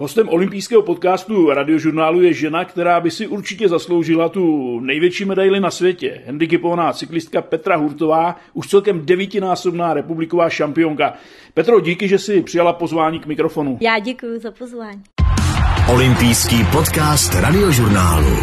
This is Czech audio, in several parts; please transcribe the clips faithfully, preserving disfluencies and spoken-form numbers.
Hostem olympijského podcastu Radiožurnálu je žena, která by si určitě zasloužila tu největší medaili na světě. Handicapovaná cyklistka Petra Hurtová, už celkem devítinásobná republiková šampionka. Petro, díky, že jsi přijala pozvání k mikrofonu. Já děkuji za pozvání. Olympijský podcast Radiožurnálu.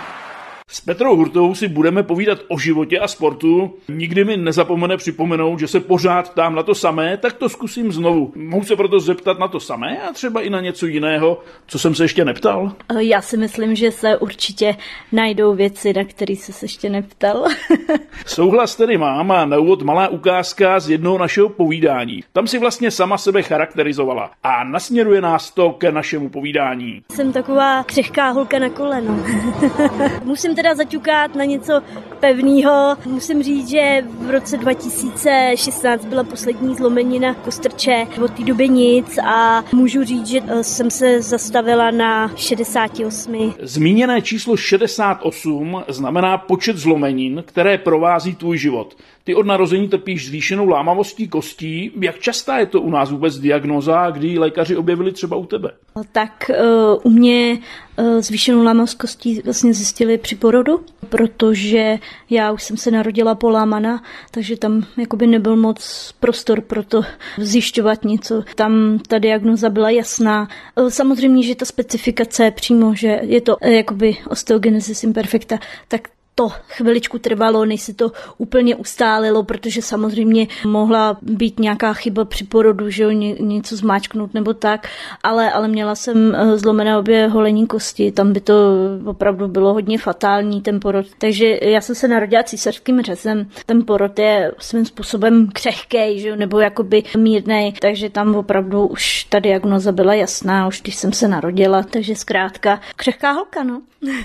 S Petrou Hurtovou si budeme povídat o životě a sportu. Nikdy mi nezapomene připomenout, že se pořád ptám na to samé, tak to zkusím znovu. Mohu se proto zeptat na to samé a třeba i na něco jiného, co jsem se ještě neptal? Já si myslím, že se určitě najdou věci, na které se ještě neptal. Souhlas tedy mám a na úvod malá ukázka z jednoho našeho povídání. Tam si vlastně sama sebe charakterizovala a nasměruje nás to k našemu povídání. Jsem taková křehká holka na koleno. Musím teda zaťukat na něco pevného. Musím říct, že v roce dva tisíce šestnáct byla poslední zlomenina kostrče, od té doby nic a můžu říct, že jsem se zastavila na šedesáti osmi. Zmíněné číslo šedesát osm znamená počet zlomenin, které provází tvůj život. Ty od narození trpíš zvýšenou lámavostí kostí. Jak častá je to u nás vůbec diagnóza, kdy ji lékaři objevili třeba u tebe? Tak uh, u mě uh, zvýšenou lámavost kostí vlastně zjistili při porodu, protože já už jsem se narodila polámaná, takže tam jakoby nebyl moc prostor pro to zjišťovat něco. Tam ta diagnóza byla jasná. Uh, samozřejmě, že ta specifikace přímo, že je to uh, jakoby osteogenesis imperfecta, tak to chviličku trvalo, než se to úplně ustálilo, protože samozřejmě mohla být nějaká chyba při porodu, že jo, ně, něco zmáčknout nebo tak, ale, ale měla jsem zlomené obě holenní kosti, tam by to opravdu bylo hodně fatální, ten porod. Takže já jsem se narodila císařským řezem, ten porod je svým způsobem křehkej, že jo, nebo jakoby mírnej, takže tam opravdu už ta diagnoza byla jasná, už když jsem se narodila, takže zkrátka křehká holka, no.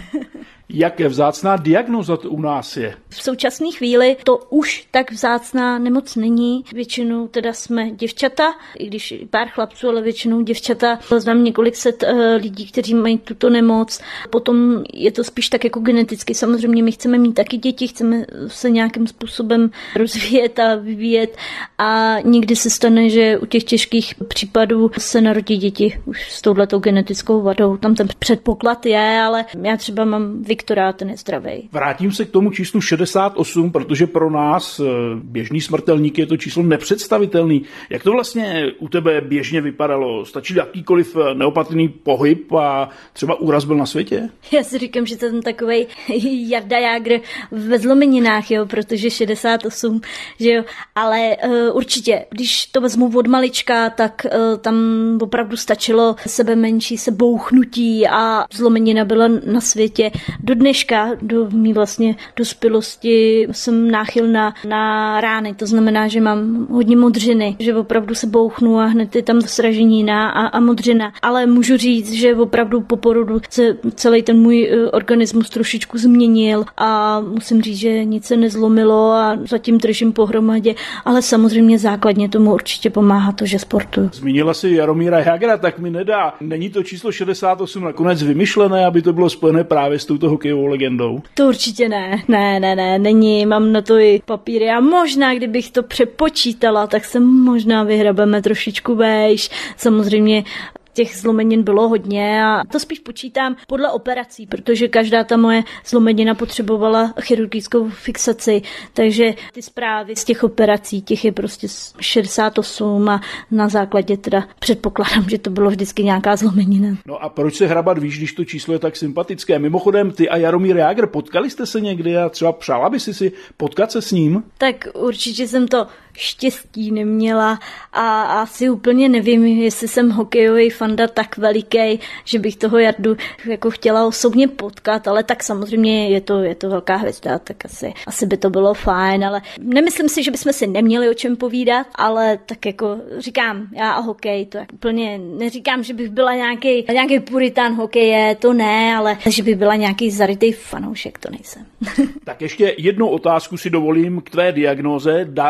Jak vzácná diagnóza to u nás je? V současné chvíli to už tak vzácná nemoc není. Většinou teda jsme děvčata, i když pár chlapců, ale většinou děvčata. Znám několik set uh, lidí, kteří mají tuto nemoc. Potom je to spíš tak jako geneticky. Samozřejmě my chceme mít taky děti, chceme se nějakým způsobem rozvíjet a vyvíjet a někdy se stane, že u těch těžkých případů se narodí děti už s touhletou genetickou vadou. Tam ten předpoklad je, ale já třeba mám Viktora, ten je zdravej. Vrátím se k tomu číslu šedesát osm, protože pro nás běžný smrtelník je to číslo nepředstavitelný. Jak to vlastně u tebe běžně vypadalo? Stačí jakýkoliv neopatrný pohyb a třeba úraz byl na světě? Já si říkám, že to jsem takovej Jarda Jágr ve zlomeninách, jo, protože šedesát osm, že jo, ale uh, určitě, když to vezmu od malička, tak uh, tam opravdu stačilo sebe menší, se bouchnutí a zlomenina byla na světě. Do dneška, do mý vlastně dospělosti jsem náchylná na rány, to znamená, že mám hodně modřiny, že opravdu se bouchnu a hned je tam sraženina a, a modřina, ale můžu říct, že opravdu po porodu se celý ten můj organismus trošičku změnil a musím říct, že nic se nezlomilo a zatím držím pohromadě, ale samozřejmě základně tomu určitě pomáhá to, že sportuju. Zmínila si Jaromíra Jágra, tak mi nedá. Není to číslo šedesát osm nakonec vymyšlené, aby to bylo spojené právě s touto hokejovou legendou? To určitě ne, ne, ne, ne, není, mám na to i papíry a možná, kdybych to přepočítala, tak se možná vyhrabeme trošičku vejš, samozřejmě těch zlomenin bylo hodně a to spíš počítám podle operací, protože každá ta moje zlomenina potřebovala chirurgickou fixaci, takže ty zprávy z těch operací, těch je prostě šedesát osm a na základě teda předpokládám, že to bylo vždycky nějaká zlomenina. No a proč se hrabat víš, když to číslo je tak sympatické? Mimochodem, ty a Jaromír Jágr, potkali jste se někdy a třeba přála by si si potkat se s ním? Tak určitě jsem to štěstí neměla a asi úplně nevím, jestli jsem hokejový fanda tak veliký, že bych toho Jardu jako chtěla osobně potkat, ale tak samozřejmě je to, je to velká hvězda, tak asi, asi by to bylo fajn, ale nemyslím si, že bychom si neměli o čem povídat, ale tak jako říkám, já a hokej, to jak úplně neříkám, že bych byla nějaký, nějaký puritán hokeje, to ne, ale že bych byla nějaký zarytej fanoušek, to nejsem. Tak ještě jednu otázku si dovolím k tvé diagnóze. Dá se vlastně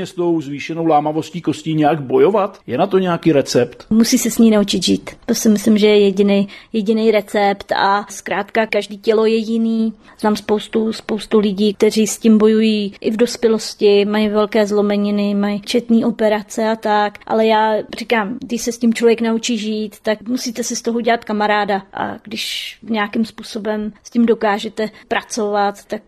vlastně s tou zvýšenou lámavostí kostí nějak bojovat? Je na to nějaký recept? Musí se s ní naučit žít. To si myslím, že je jediný, jediný recept a zkrátka každý tělo je jiný. Znám spoustu, spoustu lidí, kteří s tím bojují i v dospělosti, mají velké zlomeniny, mají četné operace a tak, ale já říkám, když se s tím člověk naučí žít, tak musíte si z toho dělat kamaráda a když nějakým způsobem s tím dokážete pracovat, tak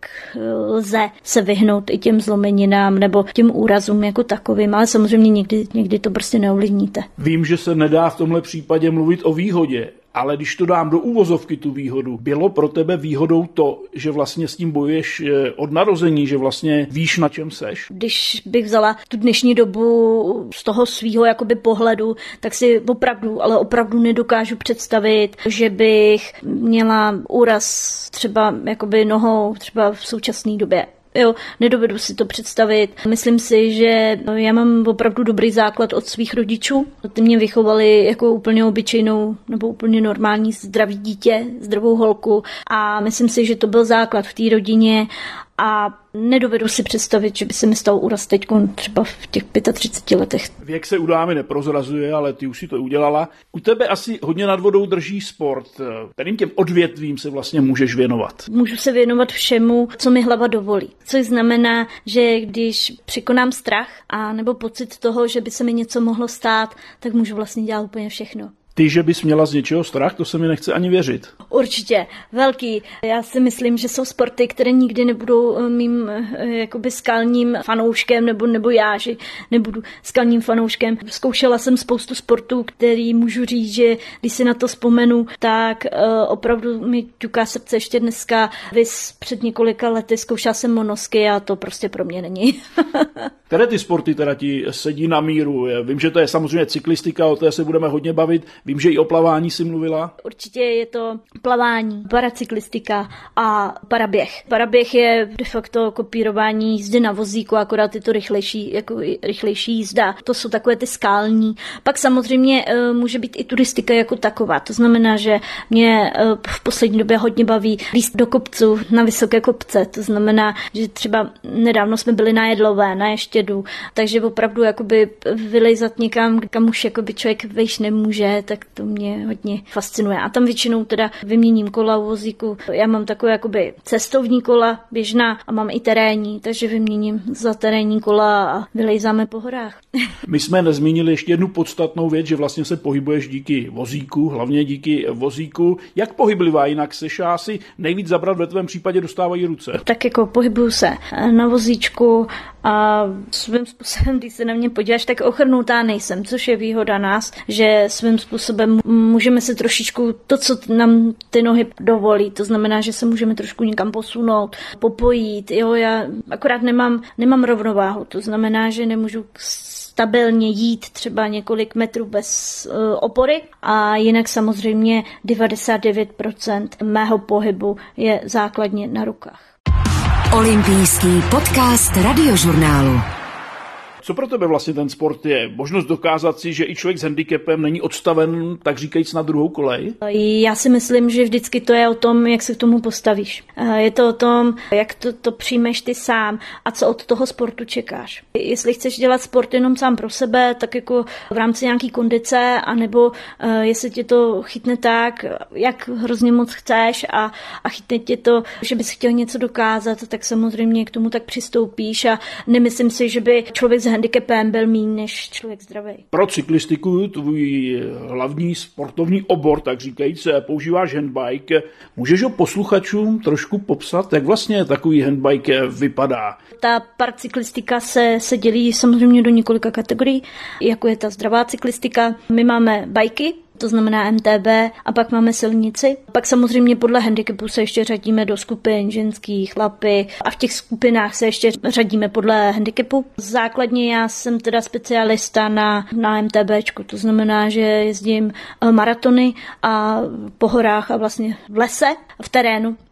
lze se vyhnout i těm zlomeninám nebo těm úrazům jako takovým, ale samozřejmě někdy, někdy to prostě neovlivníte. Vím, že se nedá v tomhle případě mluvit o výhodě, ale když to dám do úvozovky tu výhodu, bylo pro tebe výhodou to, že vlastně s tím bojuješ od narození, že vlastně víš, na čem seš? Když bych vzala tu dnešní dobu z toho svýho jakoby pohledu, tak si opravdu, ale opravdu nedokážu představit, že bych měla úraz třeba jakoby nohou třeba v současné době. Jo, nedovedu si to představit. Myslím si, že já mám opravdu dobrý základ od svých rodičů. Ty mě vychovali jako úplně obyčejnou nebo úplně normální zdravý dítě, zdravou holku a myslím si, že to byl základ v té rodině a nedovedu si představit, že by se mi stal úraz teď třeba v těch třiceti pěti letech. Věk se u dámy neprozrazuje, ale ty už si to udělala. U tebe asi hodně nad vodou drží sport. Kterým těm odvětvím se vlastně můžeš věnovat? Můžu se věnovat všemu, co mi hlava dovolí. Což znamená, že když překonám strach a nebo pocit toho, že by se mi něco mohlo stát, tak můžu vlastně dělat úplně všechno. Ty, že bys měla z něčeho strach, to se mi nechce ani věřit. Určitě, velký. Já si myslím, že jsou sporty, které nikdy nebudou mým jakoby skalním fanouškem, nebo, nebo já, že nebudu skalním fanouškem. Zkoušela jsem spoustu sportů, který můžu říct, že když si na to vzpomenu, tak uh, opravdu mi ťuká srdce ještě dneska. Vys před několika lety zkoušela jsem monosky a to prostě pro mě není. Které ty sporty teda ti sedí na míru? Vím, že to je samozřejmě cyklistika, o té se budeme hodně bavit. Vím, že i o plavání si mluvila. Určitě je to plavání, paracyklistika a paraběh. Paraběh je de facto kopírování jízdy na vozíku, akorát je to rychlejší, jako rychlejší jízda. To jsou takové ty skální. Pak samozřejmě může být i turistika jako taková. To znamená, že mě v poslední době hodně baví líst do kopců na vysoké kopce. To znamená, že třeba nedávno jsme byli na Jedlové, na Ještědu, takže opravdu jakoby vylejzat někam, kam už jakoby člověk vejš nemůže, tak to mě hodně fascinuje. A tam většinou teda vyměním kola u vozíku. Já mám takové jakoby cestovní kola, běžná a mám i terénní, takže vyměním za terénní kola a vylejzáme po horách. My jsme nezmínili ještě jednu podstatnou věc, že vlastně se pohybuješ díky vozíku, hlavně díky vozíku. Jak pohyblivá jinak seš? Asi nejvíc zabrat ve tvém případě dostávají ruce. Tak jako pohybuju se na vozíčku a svým způsobem, když se na mě podíváš, tak ochrnutá nejsem, což je výhoda nás, že svým způsobem můžeme se trošičku to, co nám ty nohy dovolí, to znamená, že se můžeme trošku někam posunout, popojít, jo, já akorát nemám, nemám rovnováhu, to znamená, že nemůžu stabilně jít třeba několik metrů bez uh, opory a jinak samozřejmě devadesát devět procent mého pohybu je základně na rukách. Olympijský podcast Radiožurnálu. Co pro tebe vlastně ten sport je? Možnost dokázat si, že i člověk s handicapem není odstaven, tak říkajíc, na druhou kolej? Já si myslím, že vždycky to je o tom, jak se k tomu postavíš. Je to o tom, jak to, to přijmeš ty sám a co od toho sportu čekáš. Jestli chceš dělat sport jenom sám pro sebe, tak jako v rámci nějaký kondice, anebo jestli tě to chytne tak, jak hrozně moc chceš a, a chytne tě to, že bys chtěl něco dokázat, tak samozřejmě k tomu tak přistoupíš a nemyslím si, že by člověk s handicapem byl méně než člověk zdravý. Pro cyklistiku, tvůj hlavní sportovní obor, tak říkajíc, používáš handbike. Můžeš ho posluchačům trošku popsat, jak vlastně takový handbike vypadá? Ta paracyklistika se, se dělí samozřejmě do několika kategorií, jako je ta zdravá cyklistika. My máme bajky, to znamená M T B, a pak máme silnici. Pak samozřejmě podle handicapu se ještě řadíme do skupin ženský, chlapy a v těch skupinách se ještě řadíme podle handicapu. Základně já jsem teda specialista na, na MTBčku, to znamená, že jezdím maratony a po horách a vlastně v lese, v terénu.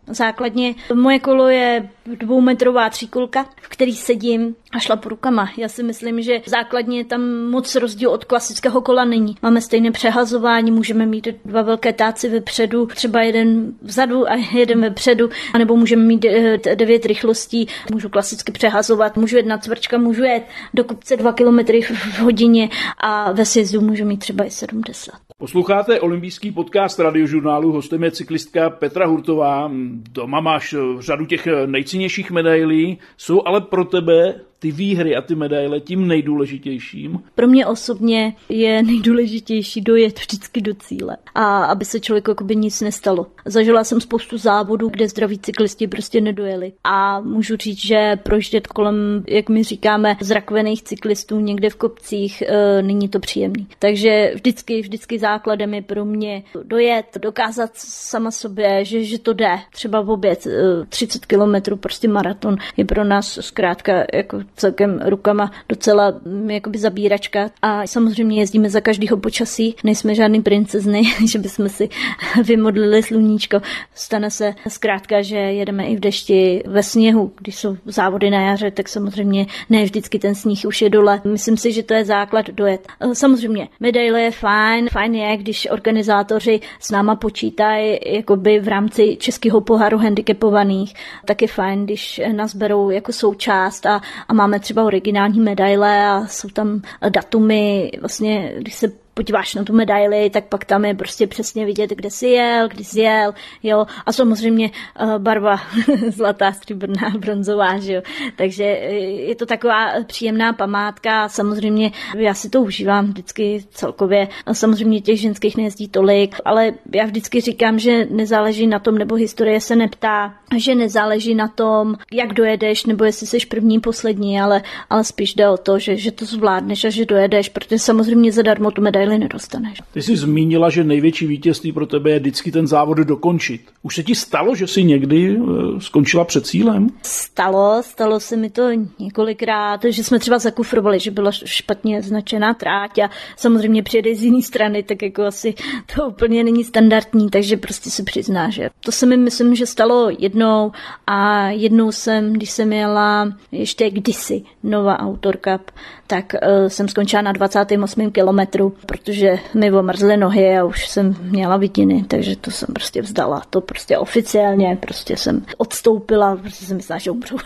Základně moje kolo je dvoumetrová tříkolka, v který sedím a šlapu rukama. Já si myslím, že základně tam moc rozdíl od klasického kola není. Máme stejné přehazování, můžeme mít dva velké táci vepředu, třeba jeden vzadu a jeden vepředu, anebo můžeme mít devět rychlostí, můžu klasicky přehazovat, můžu jet na cvrčka, můžu jet do kopce dva kilometry v hodině a ve sjezdu můžu mít třeba i sedmdesát. Posloucháte olympijský podcast Radiožurnálu, hostem je cyklistka Petra Hurtová. Doma máš řadu těch nejcennějších medailí, jsou ale pro tebe ty výhry a ty medaile tím nejdůležitějším? Pro mě osobně je nejdůležitější dojet vždycky do cíle a aby se člověku jakoby nic nestalo. Zažila jsem spoustu závodů, kde zdraví cyklisti prostě nedojeli a můžu říct, že projíždět kolem, jak my říkáme, zrakvených cyklistů někde v kopcích, e, není to příjemný. Takže vždycky, vždycky základem je pro mě dojet, dokázat sama sobě, že, že to jde. Třeba v oběd e, třicet kilometrů, prostě maraton je pro nás zkrátka jako celkem rukama docela jakoby zabíračka a samozřejmě jezdíme za každého počasí, nejsme žádný princezny, že bychom si vymodlili sluníčko. Stane se zkrátka, že jedeme i v dešti, ve sněhu, když jsou závody na jaře, tak samozřejmě ne vždycky ten sníh už je dole. Myslím si, že to je základ dojet. Samozřejmě medaile je fajn, fajn je, když organizátoři s náma počítají jakoby v rámci Českého poháru handicapovaných, tak je fajn, když nás berou jako součást a, a máme třeba originální medaile a jsou tam datumy, vlastně, když se podíváš na tu medaili, tak pak tam je prostě přesně vidět, kde jsi jel, kdy jsi jel, jo, a samozřejmě uh, barva zlatá, stříbrná, bronzová, že jo, takže je to taková příjemná památka, samozřejmě já si to užívám vždycky celkově, samozřejmě těch ženských nejezdí tolik, ale já vždycky říkám, že nezáleží na tom, nebo historie se neptá, že nezáleží na tom, jak dojedeš, nebo jestli jsi první, poslední, ale, ale spíš jde o to, že, že to zvládneš a že dojedeš, protože samozřejmě zadarmo tu medaili nedostaneš. Ty jsi zmínila, že největší vítězství pro tebe je vždycky ten závod dokončit. Už se ti stalo, že jsi někdy skončila před cílem? Stalo, stalo se mi to několikrát, že jsme třeba zakufrovali, že byla špatně značená tráť a samozřejmě přijede z jiné strany, tak jako asi to úplně není standardní, takže prostě se přizná, že to se mi myslím, že stalo jednou a jednou jsem, když jsem jela ještě kdysi Nova Outdoor Cup, tak uh, jsem skončila na dvacátém osmém kilometru, protože mi omrzly nohy a už jsem měla vidiny, takže to jsem prostě vzdala. To prostě oficiálně, prostě jsem odstoupila, prostě jsem myslela, že umřu.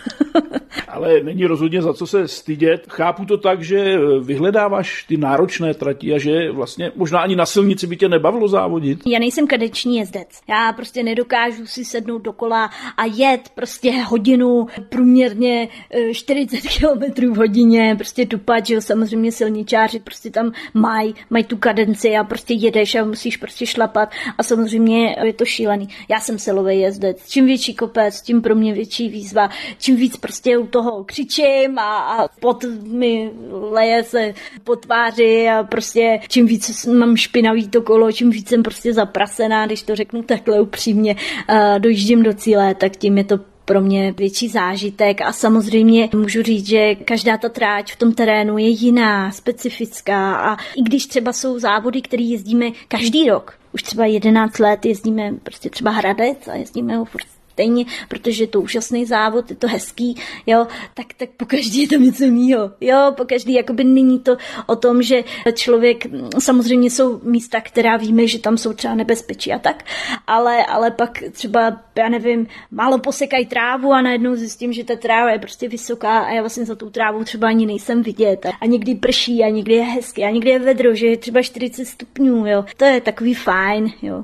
Ale není rozhodně za co se stydět. Chápu to tak, že vyhledáváš ty náročné trati a že vlastně možná ani na silnici by tě nebavilo závodit. Já nejsem kadeční jezdec. Já prostě nedokážu si sednout do kola a jet prostě hodinu průměrně čtyřicet kilometrů v hodině, prostě dupat, že jo, samozřejmě silničáři prostě tam mají maj tu kadenci a prostě jedeš a musíš prostě šlapat a samozřejmě je to šílený. Já jsem silový jezdec. Čím větší kopec, tím pro mě větší výzva. Čím víc prostě u toho křičím a, a pot mi leje se po tváři a prostě čím víc mám špinavý to kolo, čím víc jsem prostě zaprasená, když to řeknu takhle upřímně, dojíždím do cíle, tak tím je to pro mě větší zážitek a samozřejmě můžu říct, že každá ta tráť v tom terénu je jiná, specifická a i když třeba jsou závody, které jezdíme každý rok, už třeba jedenáct let jezdíme prostě třeba Hradec a jezdíme ho stejně, protože je to úžasný závod, je to hezký, jo, tak, tak pokaždý je to něco jiného, jo, pokaždý, jakoby není to o tom, že člověk, samozřejmě jsou místa, která víme, že tam jsou třeba nebezpečí a tak, ale, ale pak třeba, já nevím, málo posekají trávu a najednou zjistím, že ta tráva je prostě vysoká a já vlastně za tou trávou třeba ani nejsem vidět a někdy prší a někdy je hezky a někdy je vedro, že je třeba čtyřicet stupňů, jo, to je takový fajn, jo.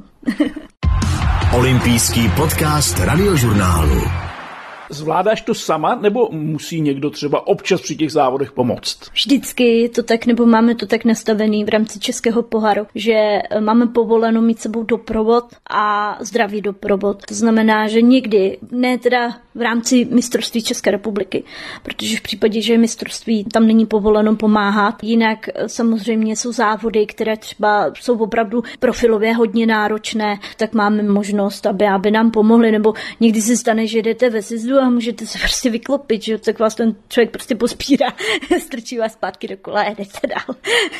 Olympijský podcast Radiožurnálu. Zvládáš to sama, nebo musí někdo třeba občas při těch závodech pomoct? Vždycky to tak, nebo máme to tak nastavený v rámci Českého poháru, že máme povoleno mít sebou doprovod a zdravý doprovod. To znamená, že někdy, ne teda v rámci mistrovství České republiky, protože v případě, že je mistrovství, tam není povoleno pomáhat. Jinak samozřejmě jsou závody, které třeba jsou opravdu profilově hodně náročné, tak máme možnost, aby, aby nám pomohli, nebo někdy se stane, že jdete ve sjezdu vodu a můžete se prostě vyklopit, že tak vás ten člověk prostě pospírá, strčí vás zpátky do kola a jedete dál.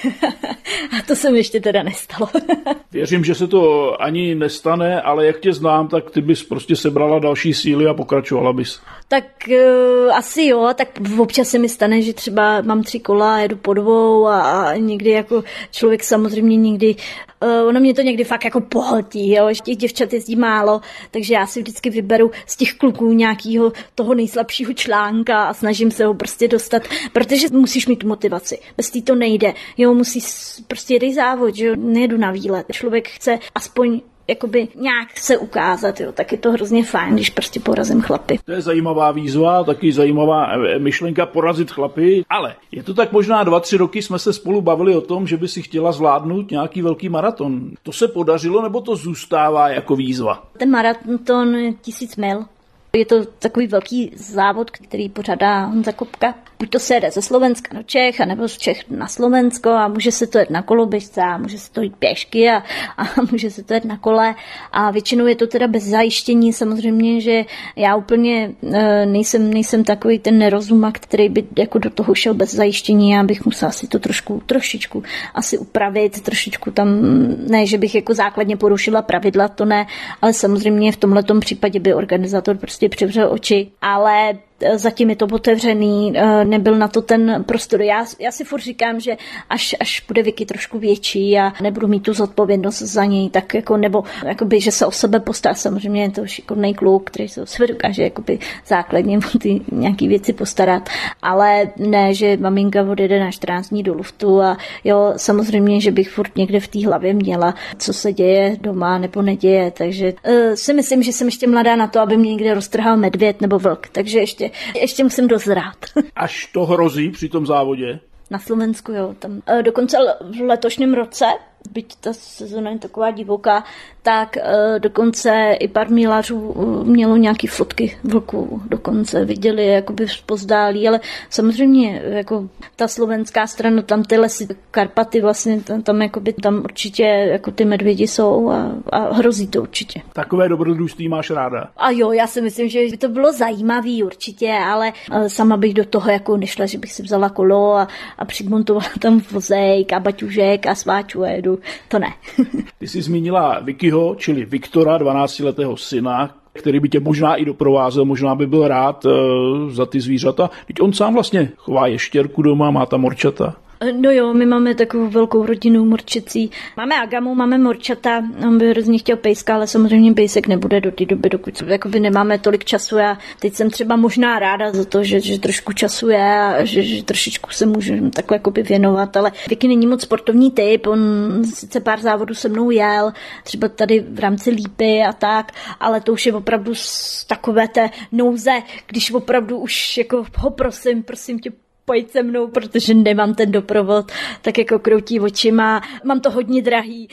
A to se mi ještě teda nestalo. Věřím, že se to ani nestane, ale jak tě znám, tak ty bys prostě sebrala další síly a pokračovala bys. Tak uh, asi jo, tak občas se mi stane, že třeba mám tři kola a jedu po dvou a, a někdy jako člověk samozřejmě někdy, uh, ono mě to někdy fakt jako pohltí, jo, že těch děvčat jezdí málo, takže já si vždycky vyberu z těch kluků nějakého toho nejslabšího článka a snažím se ho prostě dostat, protože musíš mít motivaci, bez té to nejde, jo, musíš prostě jedej závod, že jo, nejedu na výlet, člověk chce aspoň jakoby nějak se ukázat, jo, tak je to hrozně fajn, když prostě porazím chlapy. To je zajímavá výzva, taky zajímavá myšlenka porazit chlapy, ale je to tak možná dva, tři roky jsme se spolu bavili o tom, že by si chtěla zvládnout nějaký velký maraton. To se podařilo, nebo to zůstává jako výzva? Ten maraton je tisíc mil. Je to takový velký závod, který pořádá Honza Kopka. Buď to se jede ze Slovenska do Čech, anebo z Čech na Slovensko a může se to jet na koloběžce a může se to jít pěšky a, a může se to jet na kole. A většinou je to teda bez zajištění. Samozřejmě, že já úplně e, nejsem, nejsem takový ten nerozumak, který by jako do toho šel bez zajištění. Já bych musela si to trošku, trošičku asi upravit, trošičku tam, ne, že bych jako základně porušila pravidla, to ne, ale samozřejmě v tomhletom případě by organizátor prostě přivřel oči, ale zatím je to otevřený, nebyl na to ten prostor. Já, já si furt říkám, že až, až bude Vicky trošku větší a nebudu mít tu zodpovědnost za něj, tak jako, nebo jakoby, že se o sebe postará. Samozřejmě je to šikovnej kluk, který se o sebe dokáže jakoby základně ty nějaký věci postarat, ale ne, že maminka odjede na čtrnáct dní do luftu a jo, samozřejmě, že bych furt někde v té hlavě měla, co se děje doma nebo neděje, takže uh, si myslím, že jsem ještě mladá na to, aby mě někde roztrhal medvěd nebo vlk, takže ještě Ještě musím dozrát. Až to hrozí při tom závodě? Na Slovensku, jo. Tam dokonce v letošním roce, byť ta sezona je taková divoká, tak uh, dokonce i pár milářů uh, mělo nějaký fotky vlků, dokonce viděli jakoby zpozdálí, ale samozřejmě jako ta slovenská strana, tam ty lesy, Karpaty vlastně, tam, tam, jakoby, tam určitě jako ty medvědi jsou a, a hrozí to určitě. Takové dobrodružství máš ráda? A jo, já si myslím, že by to bylo zajímavý určitě, ale uh, sama bych do toho jako nešla, že bych si vzala kolo a, a přimontovala tam vozejk a baťužek a sváču a jedu. To ne. Ty jsi zmínila Vickyho, čili Viktora, dvanáctiletého syna, který by tě možná i doprovázel, možná by byl rád uh, za ty zvířata. Teď on sám vlastně chová ještěrku doma, má tam morčata. No jo, my máme takovou velkou rodinu morčecí. Máme agamu, máme morčata, on by hrozně chtěl pejska, ale samozřejmě pejsek nebude do té doby, dokud jakoby nemáme tolik času. Já teď jsem třeba možná ráda za to, že, že trošku času je a že, že trošičku se můžu takhle jakoby věnovat, ale Vicky není moc sportovní typ, on sice pár závodů se mnou jel, třeba tady v rámci Lípy a tak, ale to už je opravdu z takové té nouze, když opravdu už jako ho prosím, prosím tě, pojď se mnou, protože nemám ten doprovod, tak jako kroutí očima, mám to hodně drahý,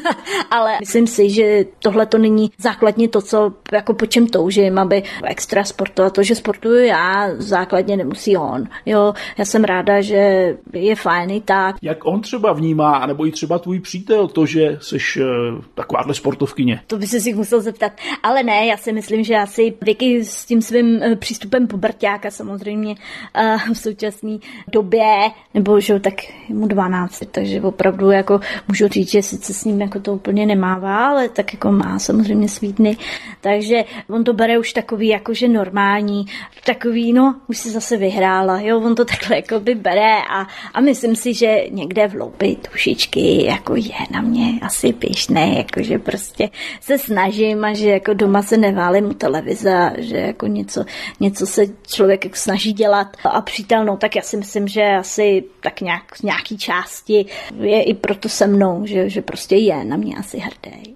ale myslím si, že tohle to není základně to, co jako po čem toužím, aby extra sportovat. To, že sportuju já, základně nemusí on. Jo, já jsem ráda, že je fajn i tak. Jak on třeba vnímá, anebo i třeba tvůj přítel, to, že seš uh, takováhle sportovkyně? To by se si musel zeptat. Ale ne, já si myslím, že asi Vicky s tím svým uh, přístupem puberťáka samozřejmě uh, v současné době, nebo že tak mu dvanáct, takže opravdu jako můžu říct, že sice s ním jako to úplně nemává, ale tak jako má samozřejmě svý dny, takže on to bere už takový jakože normální, takový, no, už si zase vyhrála, jo, on to takhle jako by bere a, a myslím si, že někde vloupit tušičky jako je na mě asi pyšné, jakože prostě se snažím a že jako doma se neválím u televize, že jako něco, něco se člověk snaží dělat a přítel, no, tak já si myslím, že asi tak nějak z nějaký části je i proto se mnou, že, že prostě je na mě asi hrdý.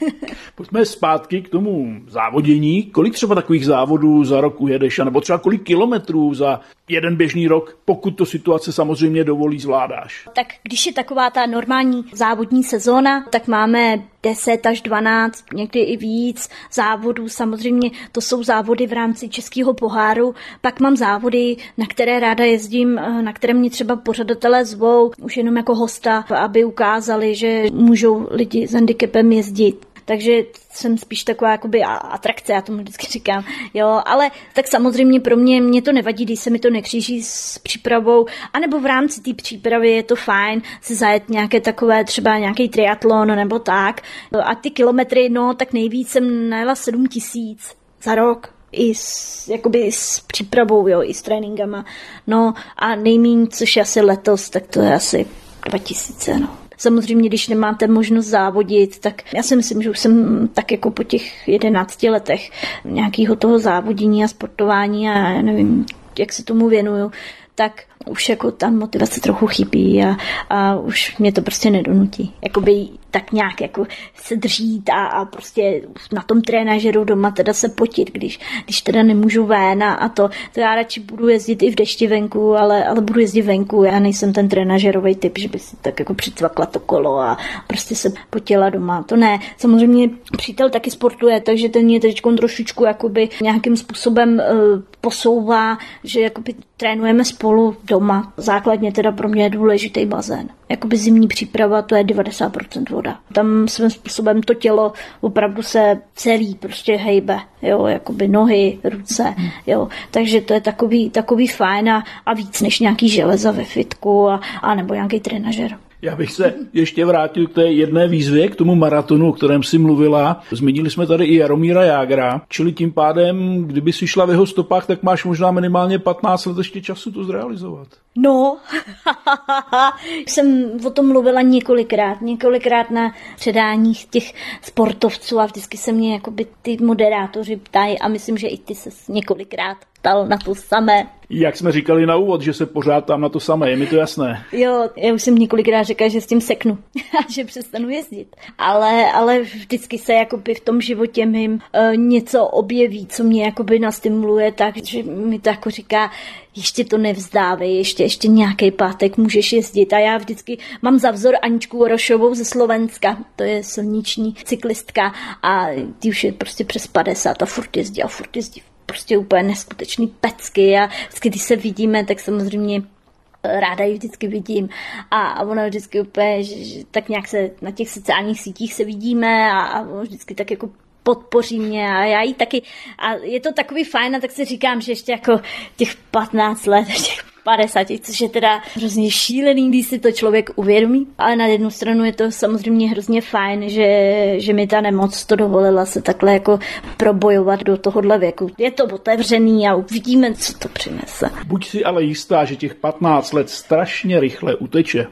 Pojďme zpátky k tomu závodění. Kolik třeba takových závodů za rok ujedeš, anebo třeba kolik kilometrů za jeden běžný rok, pokud to situace samozřejmě dovolí, zvládáš? Tak když je taková ta normální závodní sezóna, tak máme deset až dvanáct, někdy i víc závodů. Samozřejmě to jsou závody v rámci Českého poháru. Pak mám závody, na které ráda jezdím, na které mě třeba pořadatelé zvou, už jenom jako hosta, aby ukázali, že můžou lidi s handicapem jezdit. takže jsem spíš taková jakoby atrakce, já tomu vždycky říkám, jo, ale tak samozřejmě pro mě, mě to nevadí, když se mi to nekříží s přípravou, anebo v rámci té přípravy je to fajn si zajet nějaké takové, třeba nějaký triatlon nebo tak. A ty kilometry, no, tak nejvíc jsem najela sedm tisíc za rok. I s, jakoby s přípravou, jo, i s tréninkama. No a nejméně, což je asi letos, tak to je asi dva tisíce, no. Samozřejmě, když nemáte možnost závodit, tak já si myslím, že už jsem tak jako po těch jedenácti letech nějakého toho závodění a sportování a já nevím, jak se tomu věnuju, tak už jako ta motivace trochu chybí a, a už mě to prostě nedonutí. Jakoby tak nějak jako se dřít a, a prostě na tom trenažeru doma teda se potit, když, když teda nemůžu ven a, a to, to já radši budu jezdit i v dešti venku, ale, ale budu jezdit venku. Já nejsem ten trenažerový typ, že by si tak jako přicvakla to kolo a prostě se potila doma. To ne. Samozřejmě přítel taky sportuje, takže ten mě teď trošičku jakoby nějakým způsobem uh, posouvá, že jakoby trénujeme spolu doma. Základně teda pro mě je důležitý bazén. Jakoby zimní příprava, to je devadesát procent voda. Tam svým způsobem to tělo opravdu se celý prostě hejbe, jo, jakoby nohy, ruce, jo. Takže to je takový, takový fajn a, a víc než nějaký železa ve fitku a, a nebo nějaký trenažer. Já bych se ještě vrátil k té jedné výzvě, k tomu maratonu, o kterém jsi mluvila. Zmínili jsme tady i Jaromíra Jágra, čili tím pádem, kdyby si šla v jeho stopách, tak máš možná minimálně patnáct let ještě času to zrealizovat. No, jsem o tom mluvila několikrát, několikrát na předáních těch sportovců a vždycky se mě jakoby ty moderátoři ptají a myslím, že i ty se několikrát ptal na to samé. Jak jsme říkali na úvod, že se pořád tam na to samé, je mi to jasné. Jo, já už jsem několikrát řekla, že s tím seknu a že přestanu jezdit. Ale, ale vždycky se jakoby v tom životě mým uh, něco objeví, co mě jakoby nastimuluje tak, že mi to jako říká, ještě to nevzdávej, ještě, ještě nějaký pátek můžeš jezdit. A já vždycky mám za vzor Aničku Orošovou ze Slovenska, to je silniční cyklistka a ty už je prostě přes padesát a furt jezdí a furt jezdí. Prostě úplně neskutečný pecky a vždycky, když se vidíme, tak samozřejmě ráda ji vždycky vidím a ona vždycky úplně, že, že tak nějak se na těch sociálních sítích se vidíme a, a vždycky tak jako podpoří mě a já jí taky a je to takový fajn a tak si říkám, že ještě jako těch patnáct let, těch padesát, což je teda hrozně šílený, když si to člověk uvědomí, ale na jednu stranu je to samozřejmě hrozně fajn, že, že mi ta nemoc to dovolila se takhle jako probojovat do tohohle věku. Je to otevřený a uvidíme, co to přinese. Buď si ale jistá, že těch patnáct let strašně rychle uteče.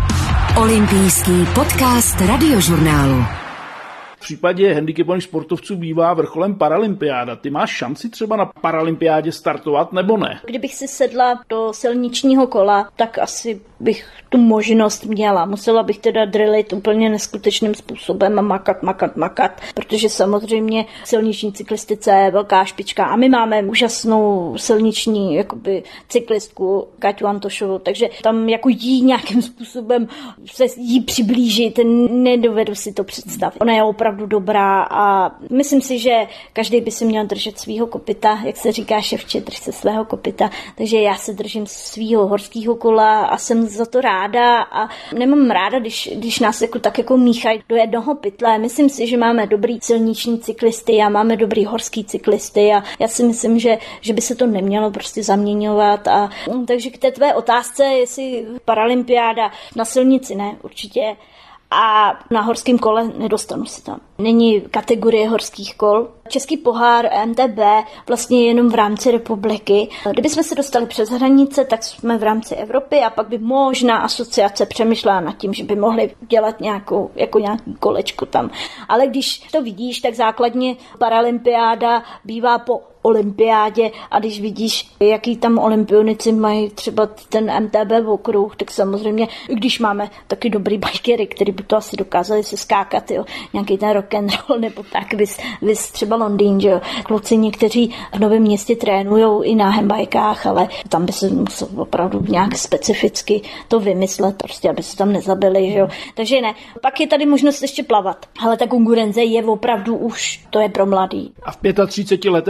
Olympijský podcast Radiožurnálu. V případě handicapovaných sportovců bývá vrcholem paralympiáda. Ty máš šanci třeba na paralympiádě startovat nebo ne? Kdybych si sedla do silničního kola, tak asi bych tu možnost měla. Musela bych teda drillit úplně neskutečným způsobem a makat, makat, makat, protože samozřejmě silniční cyklistice je velká špička a my máme úžasnou silniční jakoby cyklistku Kaťu Antošovou, takže tam jako jí nějakým způsobem se jí přiblížit, nedovedu si to představit. Ona je opravdu dobrá a myslím si, že každý by si měl držet svýho kopyta, jak se říká ševče, drž se svého kopyta, takže já se držím svýho horského kola a jsem za to ráda a nemám ráda, když, když nás jako tak jako míchají do jednoho pytle. Myslím si, že máme dobrý silniční cyklisty a máme dobrý horský cyklisty a já si myslím, že, že by se to nemělo prostě zaměňovat a takže k té tvé otázce, jestli paralympiáda na silnici, ne, určitě. A na horském kole nedostanu se tam. Není kategorie horských kol. Český pohár M T B vlastně jenom v rámci republiky. Kdybychom se dostali přes hranice, tak jsme v rámci Evropy a pak by možná asociace přemýšlela nad tím, že by mohli dělat nějakou, jako nějaký kolečko tam. Ale když to vidíš, tak základně paralympiáda bývá po olympiádě a když vidíš, jaký tam olympionici mají třeba ten M T B okruh, tak samozřejmě, i když máme taky dobrý bikery, který by to asi dokázali se skákat, jo, nějaký ten rock and roll nebo tak, vys, vys třeba Londýn, že jo. Kluci někteří v Novém Městě trénujou i na handbajkách, ale tam by se musel opravdu nějak specificky to vymyslet, prostě, aby se tam nezabili, že jo. Takže ne. Pak je tady možnost ještě plavat, ale ta konkurence je opravdu už, to je pro mladý. A v třiceti pěti letech ty už jsi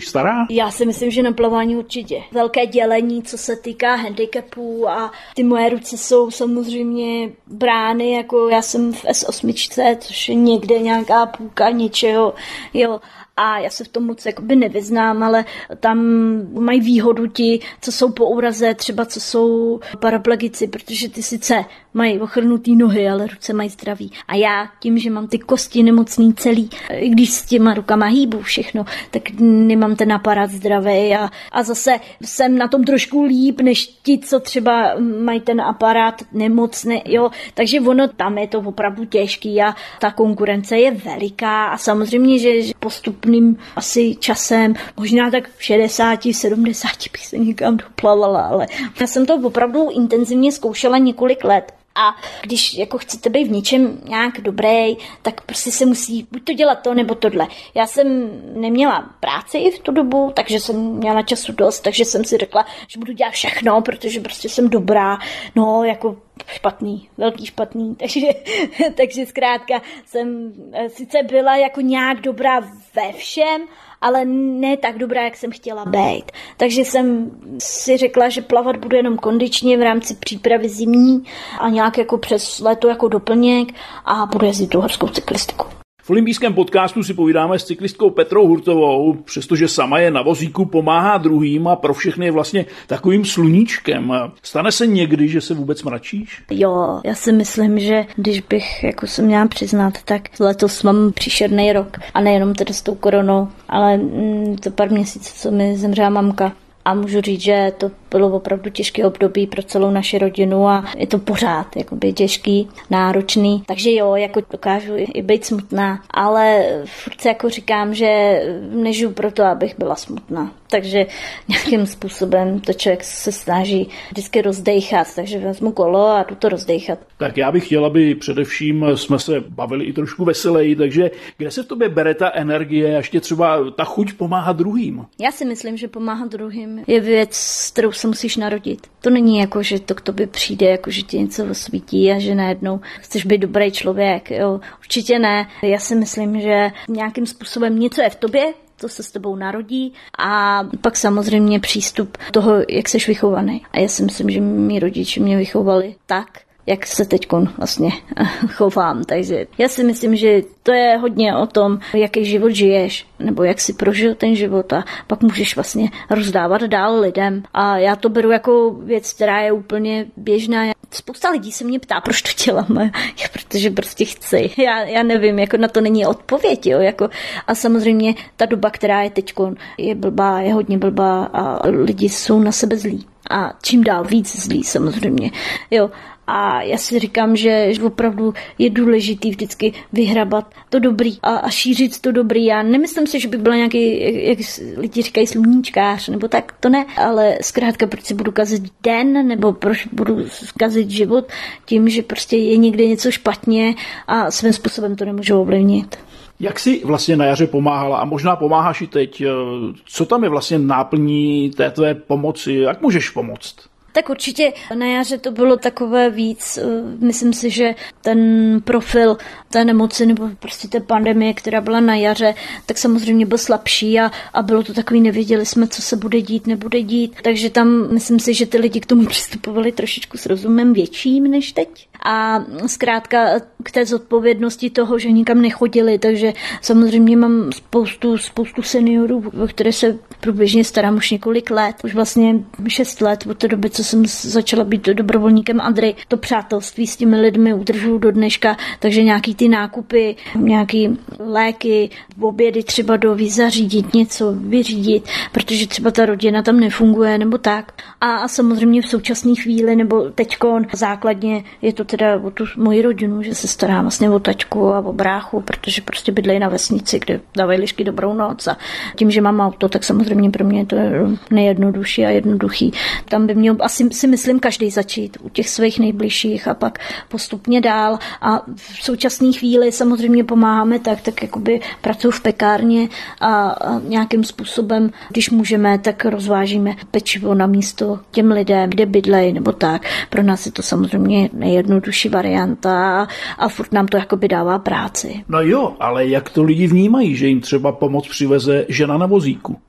stará? Já si myslím, že na plavání určitě. Velké dělení, co se týká handicapů a ty moje ruce jsou samozřejmě brány, jako já jsem v es osm, což je někde nějaká půlka něčeho, jo. A já se v tom moc jakoby nevyznám, ale tam mají výhodu ti, co jsou po úraze, třeba co jsou paraplegici, protože ty sice mají ochrnutý nohy, ale ruce mají zdraví. A já tím, že mám ty kosti nemocný celý, i když s těma rukama hýbu všechno, tak nemám ten aparát zdravý a, a zase jsem na tom trošku líp, než ti, co třeba mají ten aparát nemocný, jo. Takže ono tam je to opravdu těžký a ta konkurence je veliká a samozřejmě, že, že postupným asi časem, možná tak v šedesáti, sedmdesáti bych se někam doplavala, ale já jsem to opravdu intenzivně zkoušela několik let. A když jako chcete být v něčem nějak dobrý, tak prostě se musí buď to dělat to, nebo tohle. Já jsem neměla práci v tu dobu, takže jsem měla času dost, takže jsem si řekla, že budu dělat všechno, protože prostě jsem dobrá, no jako špatný, velký špatný, takže, takže zkrátka jsem sice byla jako nějak dobrá ve všem, ale ne tak dobrá, jak jsem chtěla být. Takže jsem si řekla, že plavat budu jenom kondičně v rámci přípravy zimní a nějak jako přes léto jako doplněk a budu jezdit tu horskou cyklistiku. V olympijském podcastu si povídáme s cyklistkou Petrou Hurtovou, přestože sama je na vozíku, pomáhá druhým a pro všechny je vlastně takovým sluníčkem. Stane se někdy, že se vůbec mračíš? Jo, já si myslím, že když bych jako se měla přiznat, tak letos mám příšerný rok. A nejenom tedy s tou koronou, ale mm, to pár měsíců, co mi zemřela mamka. A můžu říct, že to bylo opravdu těžké období pro celou naši rodinu a je to pořád jakoby těžký, náročný. Takže jo, jako dokážu i být smutná, ale furt jako říkám, že nežiju proto, abych byla smutná. Takže nějakým způsobem to člověk se snaží vždycky rozdejchat, takže vezmu kolo a jdu to rozdejchat. Tak já bych chtěla, aby především jsme se bavili i trošku veseleji, takže kde se v tobě bere ta energie, až tě třeba ta chuť pomáhat druhým? Já si myslím, že pomáhat druhým je věc, s kterou se musíš narodit. To není jako, že to k tobě přijde, jako že ti něco osvítí a že najednou chceš být dobrý člověk. Jo. Určitě ne. Já si myslím, že nějakým způsobem něco je v tobě, to se s tebou narodí a pak samozřejmě přístup toho, jak jsi vychovaný. A já si myslím, že mý rodiče mě vychovali tak, jak se teď vlastně chovám. Takže já si myslím, že to je hodně o tom, jaký život žiješ, nebo jak si prožil ten život a pak můžeš vlastně rozdávat dál lidem. A já to beru jako věc, která je úplně běžná. Spousta lidí se mě ptá, proč to dělám, já, protože prostě chci. Já, já nevím, jako na to není odpověď. Jo, jako, a samozřejmě ta doba, která je teďko, je blbá, je hodně blbá a lidi jsou na sebe zlí. A čím dál víc zlí samozřejmě. Jo. A já si říkám, že opravdu je důležitý vždycky vyhrabat to dobrý a, a šířit to dobrý. Já nemyslím si, že by byla nějaký, jak lidi říkají, sluníčkář, nebo tak, to ne. Ale zkrátka, proč si budu kazit den, nebo proč budu kazit život tím, že prostě je někde něco špatně a svým způsobem to nemůžu ovlivnit. Jak jsi vlastně na jaře pomáhala a možná pomáháš i teď? Co tam je vlastně náplní té tvé pomoci? Jak můžeš pomoct? Tak určitě na jaře to bylo takové víc, myslím si, že ten profil té nemoci nebo prostě té pandemie, která byla na jaře, tak samozřejmě byl slabší a, a bylo to takový, nevěděli jsme, co se bude dít, nebude dít, takže tam myslím si, že ty lidi k tomu přistupovali trošičku s rozumem větším než teď. A zkrátka k té zodpovědnosti toho, že nikam nechodili, takže samozřejmě mám spoustu, spoustu seniorů, o které se průběžně starám už několik let, už vlastně šest let od té doby, co jsem začala být dobrovolníkem Andrej. To přátelství s těmi lidmi udržuju do dneška, takže nějaký ty nákupy, nějaký léky, obědy třeba do zařídit, něco vyřídit, protože třeba ta rodina tam nefunguje nebo tak. A, a samozřejmě v současné chvíli nebo teďko základně je to teda o tu moji rodinu, že se stará vlastně o taťku a o bráchu, protože prostě bydlejí na vesnici, kde dávají lišky dobrou noc a tím, že mám auto, tak samozřejmě pro mě to je nejjednodušší a jednoduchý. Tam by měl asi si myslím každý začít u těch svých nejbližších a pak postupně dál a v současné chvíli samozřejmě pomáháme tak, tak jakoby pracuji v pekárně a, a nějakým způsobem, když můžeme, tak rozvážíme pečivo na místo těm lidem, kde bydlejí nebo tak. Pro nás je to samozřejmě nejjednodušší varianta a, a furt nám to jakoby dává práci. No jo, ale jak to lidi vnímají, že jim třeba pomoc přiveze žena na vozíku?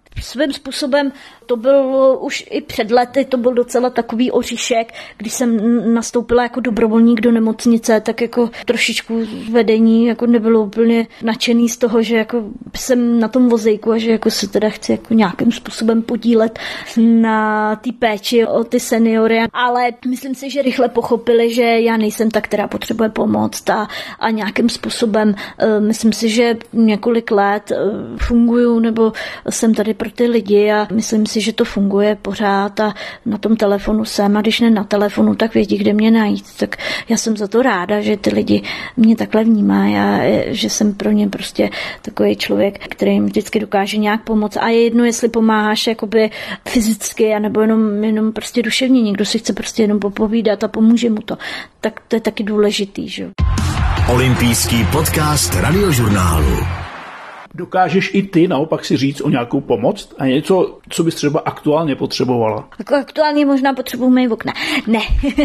Svým způsobem to bylo už i před lety, to byl docela takový oříšek, když jsem nastoupila jako dobrovolník do nemocnice, tak jako trošičku vedení jako nebylo úplně nadšený z toho, že jako jsem na tom vozejku a že jako se teda chci jako nějakým způsobem podílet na té péči o ty seniory, ale myslím si, že rychle pochopili, že já nejsem ta, která potřebuje pomoct a, a nějakým způsobem uh, myslím si, že několik let uh, funguju nebo jsem tady pro ty lidi a myslím si, že to funguje pořád a na tom telefonu jsem a když ne na telefonu, tak vědí, kde mě najít. Tak já jsem za to ráda, že ty lidi mě takhle vnímají a že jsem pro ně prostě takový člověk, který jim vždycky dokáže nějak pomoct a je jedno, jestli pomáháš jakoby fyzicky anebo jenom, jenom prostě duševně. Někdo si chce prostě jenom popovídat a pomůže mu to. Tak to je taky důležitý, že? Olympijský podcast Radiožurnálu. Dokážeš i ty naopak si říct o nějakou pomoc a něco, co bys třeba aktuálně potřebovala? Jako aktuálně možná potřebuji mý okna. Ne.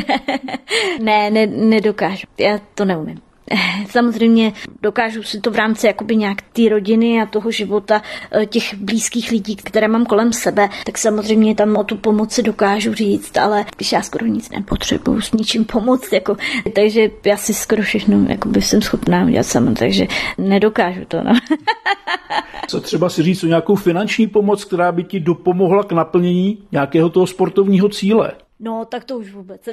ne, ne, nedokážu. Já to neumím. Samozřejmě dokážu si to v rámci jakoby nějak té rodiny a toho života těch blízkých lidí, které mám kolem sebe, tak samozřejmě tam o tu pomoci dokážu říct, ale když já skoro nic nepotřebuju s ničím pomoct, jako, takže já si skoro všechno jakoby jsem schopná udělat sama, takže nedokážu to. No. Co třeba si říct o nějakou finanční pomoc, která by ti dopomohla k naplnění nějakého toho sportovního cíle? No, tak to už vůbec ne.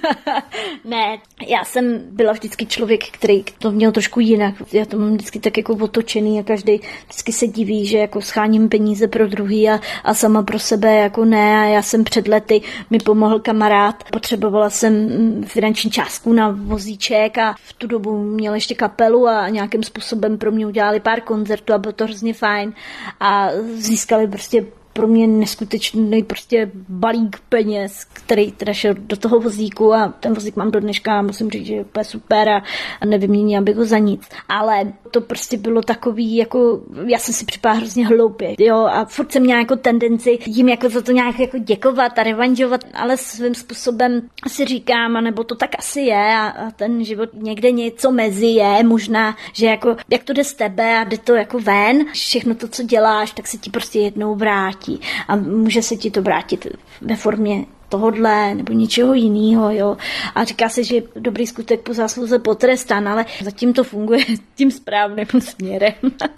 Ne, já jsem byla vždycky člověk, který to měl trošku jinak. Já to mám vždycky tak jako otočený a každý vždycky se diví, že jako scháním peníze pro druhý a, a sama pro sebe jako ne. A já jsem před lety, mi pomohl kamarád, potřebovala jsem finanční částku na vozíček a v tu dobu měl ještě kapelu a nějakým způsobem pro mě udělali pár koncertů a bylo to hrozně fajn a získali prostě pro mě neskutečný prostě balík peněz, který teda šel do toho vozíku a ten vozík mám do dneška a musím říct, že je úplně super a nevymění, abych ho za nic. Ale to prostě bylo takový, jako já jsem si připadala hrozně hloupě, jo, a furt jsem měla jako tendenci jim jako za to nějak jako děkovat a revanžovat, ale svým způsobem si říkám, anebo to tak asi je a, a ten život někde něco mezi je, možná, že jako, jak to jde z tebe a jde to jako ven, všechno to, co děláš, tak se ti prostě jednou vrátí. A může se ti to vrátit ve formě tohodle nebo něčeho jiného, jo. A říká se, že dobrý skutek po zásluze potrestán, ale zatím to funguje tím správným směrem.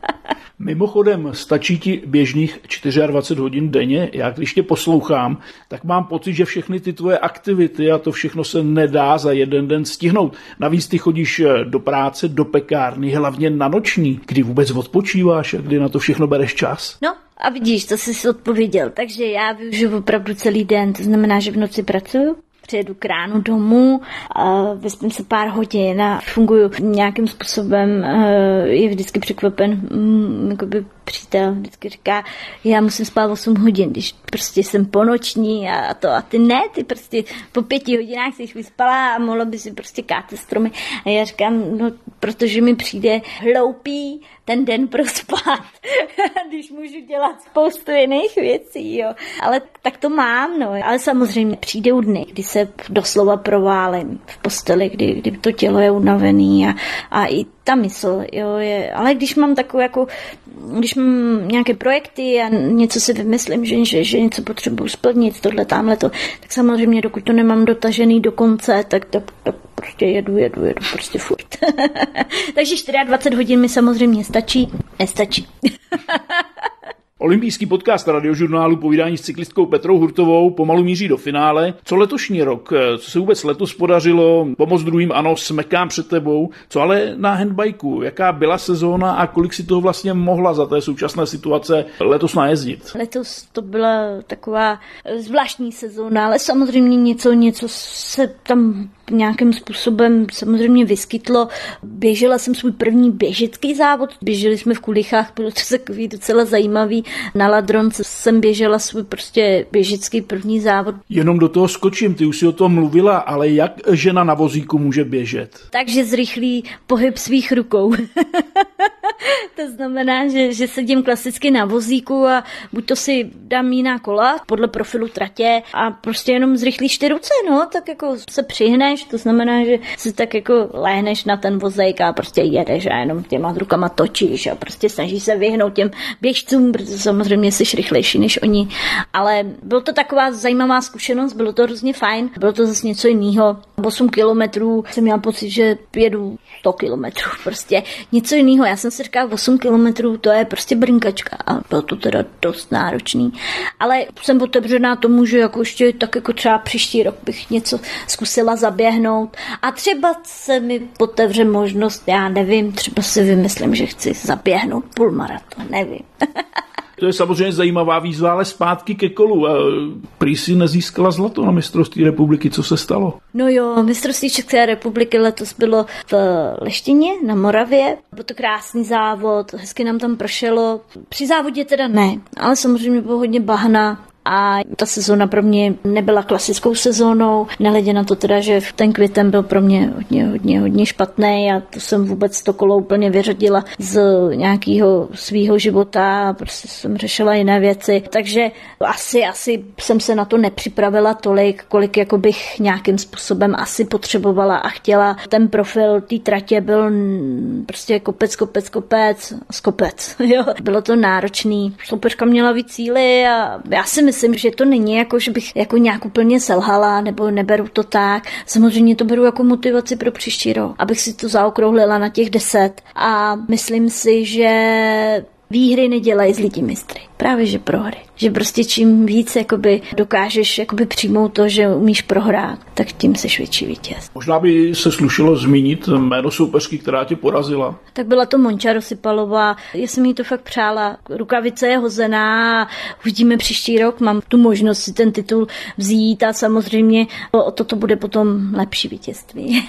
Mimochodem, stačí ti běžných dvacet čtyři hodin denně? Já když tě poslouchám, tak mám pocit, že všechny ty tvoje aktivity a to všechno se nedá za jeden den stihnout. Navíc ty chodíš do práce, do pekárny, hlavně na noční. Kdy vůbec odpočíváš a kdy na to všechno bereš čas? No, a vidíš, to jsi si odpověděl. Takže já využiju opravdu celý den, to znamená, že v noci pracuju, přijedu k ránu domů, a vyspím se pár hodin a funguju nějakým způsobem, je vždycky překvapen, jakoby přítel vždycky říká, já musím spát osm hodin, když prostě jsem ponoční a to a ty ne, ty prostě po pěti hodinách jsi vyspala a mohla by si prostě kácet stromy. A já říkám, no, protože mi přijde hloupý ten den prospat, když můžu dělat spoustu jiných věcí, jo. Ale tak to mám, no. Ale samozřejmě přijdou dny, kdy se doslova proválím v posteli, kdy, kdy to tělo je unavený a, a i ta mysl, jo, je, ale když mám takovou jako, když mám nějaké projekty a něco si vymyslím, že, že, že něco potřebuji splnit, tohle, tamhle to, tak samozřejmě, dokud to nemám dotažený do konce, tak, tak, tak prostě jedu, jedu, jedu, prostě furt. Takže dvacet čtyři hodin mi samozřejmě stačí, nestačí. Olympijský podcast Radiožurnálu povídání s cyklistkou Petrou Hurtovou pomalu míří do finále. Co letošní rok? Co se vůbec letos podařilo? Pomoc druhým, ano, smekám před tebou. Co ale na handbajku? Jaká byla sezóna a kolik si toho vlastně mohla za té současné situace letos najezdit? Letos to byla taková zvláštní sezóna, ale samozřejmě něco, něco se tam nějakým způsobem samozřejmě vyskytlo. Běžela jsem svůj první běžecký závod. Běželi jsme v Kulichách, bylo to takový docela zajímavý. Na Ladronce jsem běžela svůj prostě běžecký první závod. Jenom do toho skočím, ty už si o tom mluvila, ale jak žena na vozíku může běžet? Takže zrychlí pohyb svých rukou. To znamená, že, že sedím klasicky na vozíku a buď to si dám jiná kola podle profilu tratě a prostě jenom zrychlíš ty ruce, no, tak jako se přihneš, to znamená, že si tak jako léhneš na ten vozejk a prostě jedeš a jenom těma rukama točíš a prostě snažíš se vyhnout těm běžcům, protože samozřejmě jsi rychlejší než oni. Ale bylo to taková zajímavá zkušenost, bylo to hrozně fajn, bylo to zase něco jiného. osm kilometrů jsem měla pocit, že jedu sto kilometrů, prostě něco jiného. Já jsem si říkala, osm kilometrů to je prostě brnkačka a bylo to teda dost náročný. Ale jsem otevřená tomu, že jako ještě tak jako třeba příští rok bych něco zkusila zaběhnout a třeba se mi otevře možnost, já nevím, třeba si vymyslím, že chci zaběhnout půlmaraton, nevím. To je samozřejmě zajímavá výzva, ale zpátky ke kolu. Prý si nezískala zlato na mistrovství republiky, co se stalo? No jo, mistrovství České republiky letos bylo v Leštině na Moravě. Byl to krásný závod, hezky nám tam pršelo. Při závodě teda ne, ale samozřejmě bylo hodně bahna. A ta sezóna pro mě nebyla klasickou sezónou, nehledě na to teda, že ten květen byl pro mě hodně, hodně, hodně špatný a to jsem vůbec to kolo úplně vyřadila z nějakého svýho života a prostě jsem řešila jiné věci, takže asi, asi jsem se na to nepřipravila tolik, kolik jako bych nějakým způsobem asi potřebovala a chtěla. Ten profil té tratě byl prostě kopec, kopec, kopec, skopec, jo. Bylo to náročný, soupeřka měla víc síly a já si myslím, že to není jako, že bych jako nějak úplně selhala, nebo neberu to tak. Samozřejmě to beru jako motivaci pro příští rok, abych si to zaokrouhlila na těch deset. A myslím si, že výhry nedělají z lidí mistry. Právě, že prohry. Že prostě čím víc jakoby dokážeš jakoby přijmout to, že umíš prohrát, tak tím seš větší vítěz. Možná by se slušelo zmínit jméno soupeřky, která tě porazila. Tak byla to Monča Rosypalová. Já jsem jí to fakt přála. Rukavice je hozená a uvidíme příští rok. Mám tu možnost si ten titul vzít a samozřejmě o toto bude potom lepší vítězství.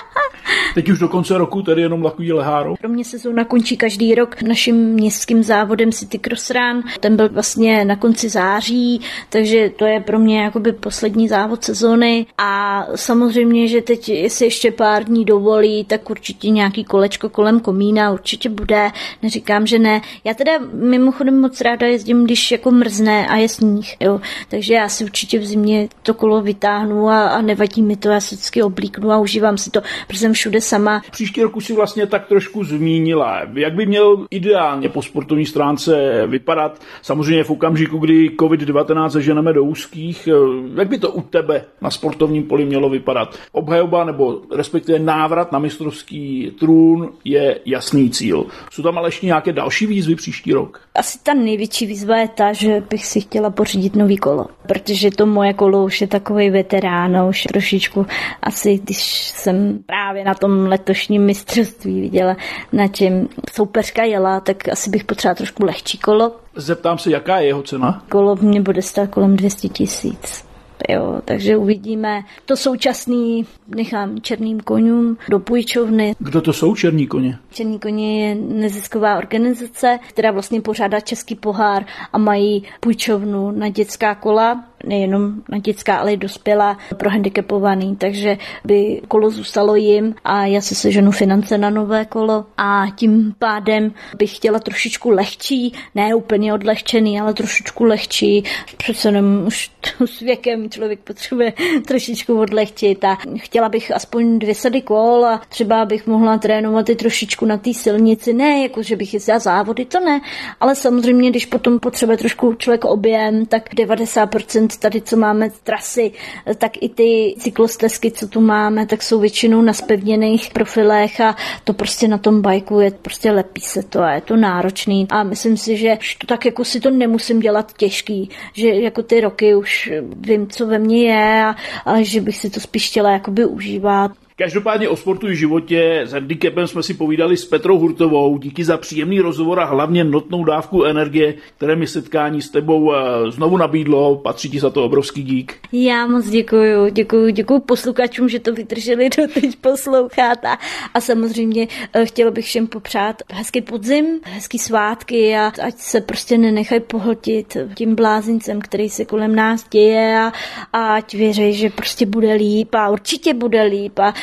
Teď už do konce roku tedy jenom Lakují Leháro. Pro mě sezóna končí každý rok naším městským závodem City Cross Run. Ten byl vlastně na konci září, takže to je pro mě jakoby poslední závod sezóny a samozřejmě, že teď, jestli ještě pár dní dovolí, tak určitě nějaký kolečko kolem komína určitě bude, neříkám, že ne. Já teda mimochodem moc ráda jezdím, když jako mrzne a je sníh, jo, takže já si určitě v zimě to kolo vytáhnu a, a nevadí mi to, já se vždycky oblíknu a užívám si to, protože jsem všude sama. Příští roku si vlastně tak trošku zmínila, jak by měl ideálně po sportovní stránce vypadat. Samozřejmě v okamžiku, kdy covid devatenáct zaženeme do úzkých, jak by to u tebe na sportovním poli mělo vypadat? Obhajoba nebo respektive návrat na mistrovský trůn je jasný cíl. Jsou tam ale ještě nějaké další výzvy příští rok? Asi ta největší výzva je ta, že bych si chtěla pořídit nový kolo, protože to moje kolo už je takový veterán, už trošičku asi, když jsem právě na tom letošním mistrovství viděla, na čem soupeřka jela, tak asi bych potřebovala trošku lehčí kolo. Zeptám se, jaká je jeho cena? Kolo mě bude stát kolem dvě stě tisíc. Jo, takže uvidíme. To současný nechám černým koňům do půjčovny. Kdo to jsou černí koně? Černí koně je nezisková organizace, která vlastně pořádá Český pohár a mají půjčovnu na dětská kola, nejenom na dětská, ale i dospělá pro handicapovaný, takže by kolo zůstalo jim a já si seženu finance na nové kolo a tím pádem bych chtěla trošičku lehčí, ne úplně odlehčený, ale trošičku lehčí, přece jenom už s věkem člověk potřebuje trošičku odlehčit a chtěla bych aspoň dvě sady kol a třeba bych mohla trénovat i trošičku na té silnici, ne jako, že bych jezdila závody, to ne, ale samozřejmě, když potom potřebuje trošku člověk objem, tak devadesát procent tady, co máme trasy, tak i ty cyklostezky, co tu máme, tak jsou většinou na zpevněných profilech a to prostě na tom bajku je prostě lepí se to a je to náročný a myslím si, že to tak jako si to nemusím dělat těžký, že jako ty roky už vím, co ve mně je a, a že bych si to spíš chtěla jakoby užívat. Každopádně o sportu i životě s handicapem jsme si povídali s Petrou Hurtovou. Díky za příjemný rozhovor a hlavně notnou dávku energie, které mi setkání s tebou znovu nabídlo. Patří ti za to obrovský dík. Já moc děkuju, děkuju, děkuju posluchačům, že to vydrželi doteď poslouchat a, a samozřejmě chtěla bych všem popřát hezký podzim, hezký svátky a ať se prostě nenechají pohltit tím blázincem, který se kolem nás děje a, a ať věří, že prostě bude líp a určitě bude líp a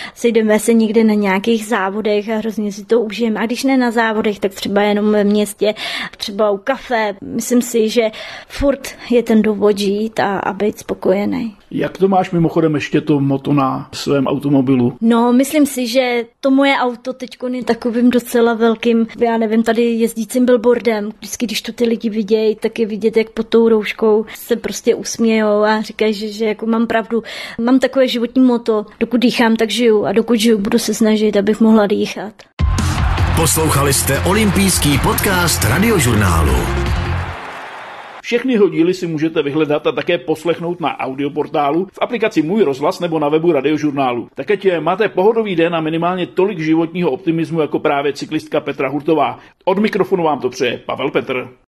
sejdeme se někde na nějakých závodech a hrozně si to užijeme. A když ne na závodech, tak třeba jenom ve městě, třeba u kafe. Myslím si, že furt je ten důvod žít a, a být spokojený. Jak to máš mimochodem ještě to moto na svém automobilu? No, myslím si, že to moje auto teď je takovým docela velkým, já nevím, tady jezdícím billboardem. Vždycky, když to ty lidi vidějí, tak je vidět, jak pod tou rouškou se prostě usmějou a říkají, že, že jako mám pravdu. Mám takové životní moto, dokud dýchám, tak žiju a dokud žiju, budu se snažit, abych mohla dýchat. Poslouchali jste olympijský podcast Radiožurnálu. Všechny jeho díly si můžete vyhledat a také poslechnout na audioportálu, v aplikaci Můj rozhlas nebo na webu Radiožurnálu. Tak ať máte pohodový den a minimálně tolik životního optimismu jako právě cyklistka Petra Hurtová. Od mikrofonu vám to přeje Pavel Petr.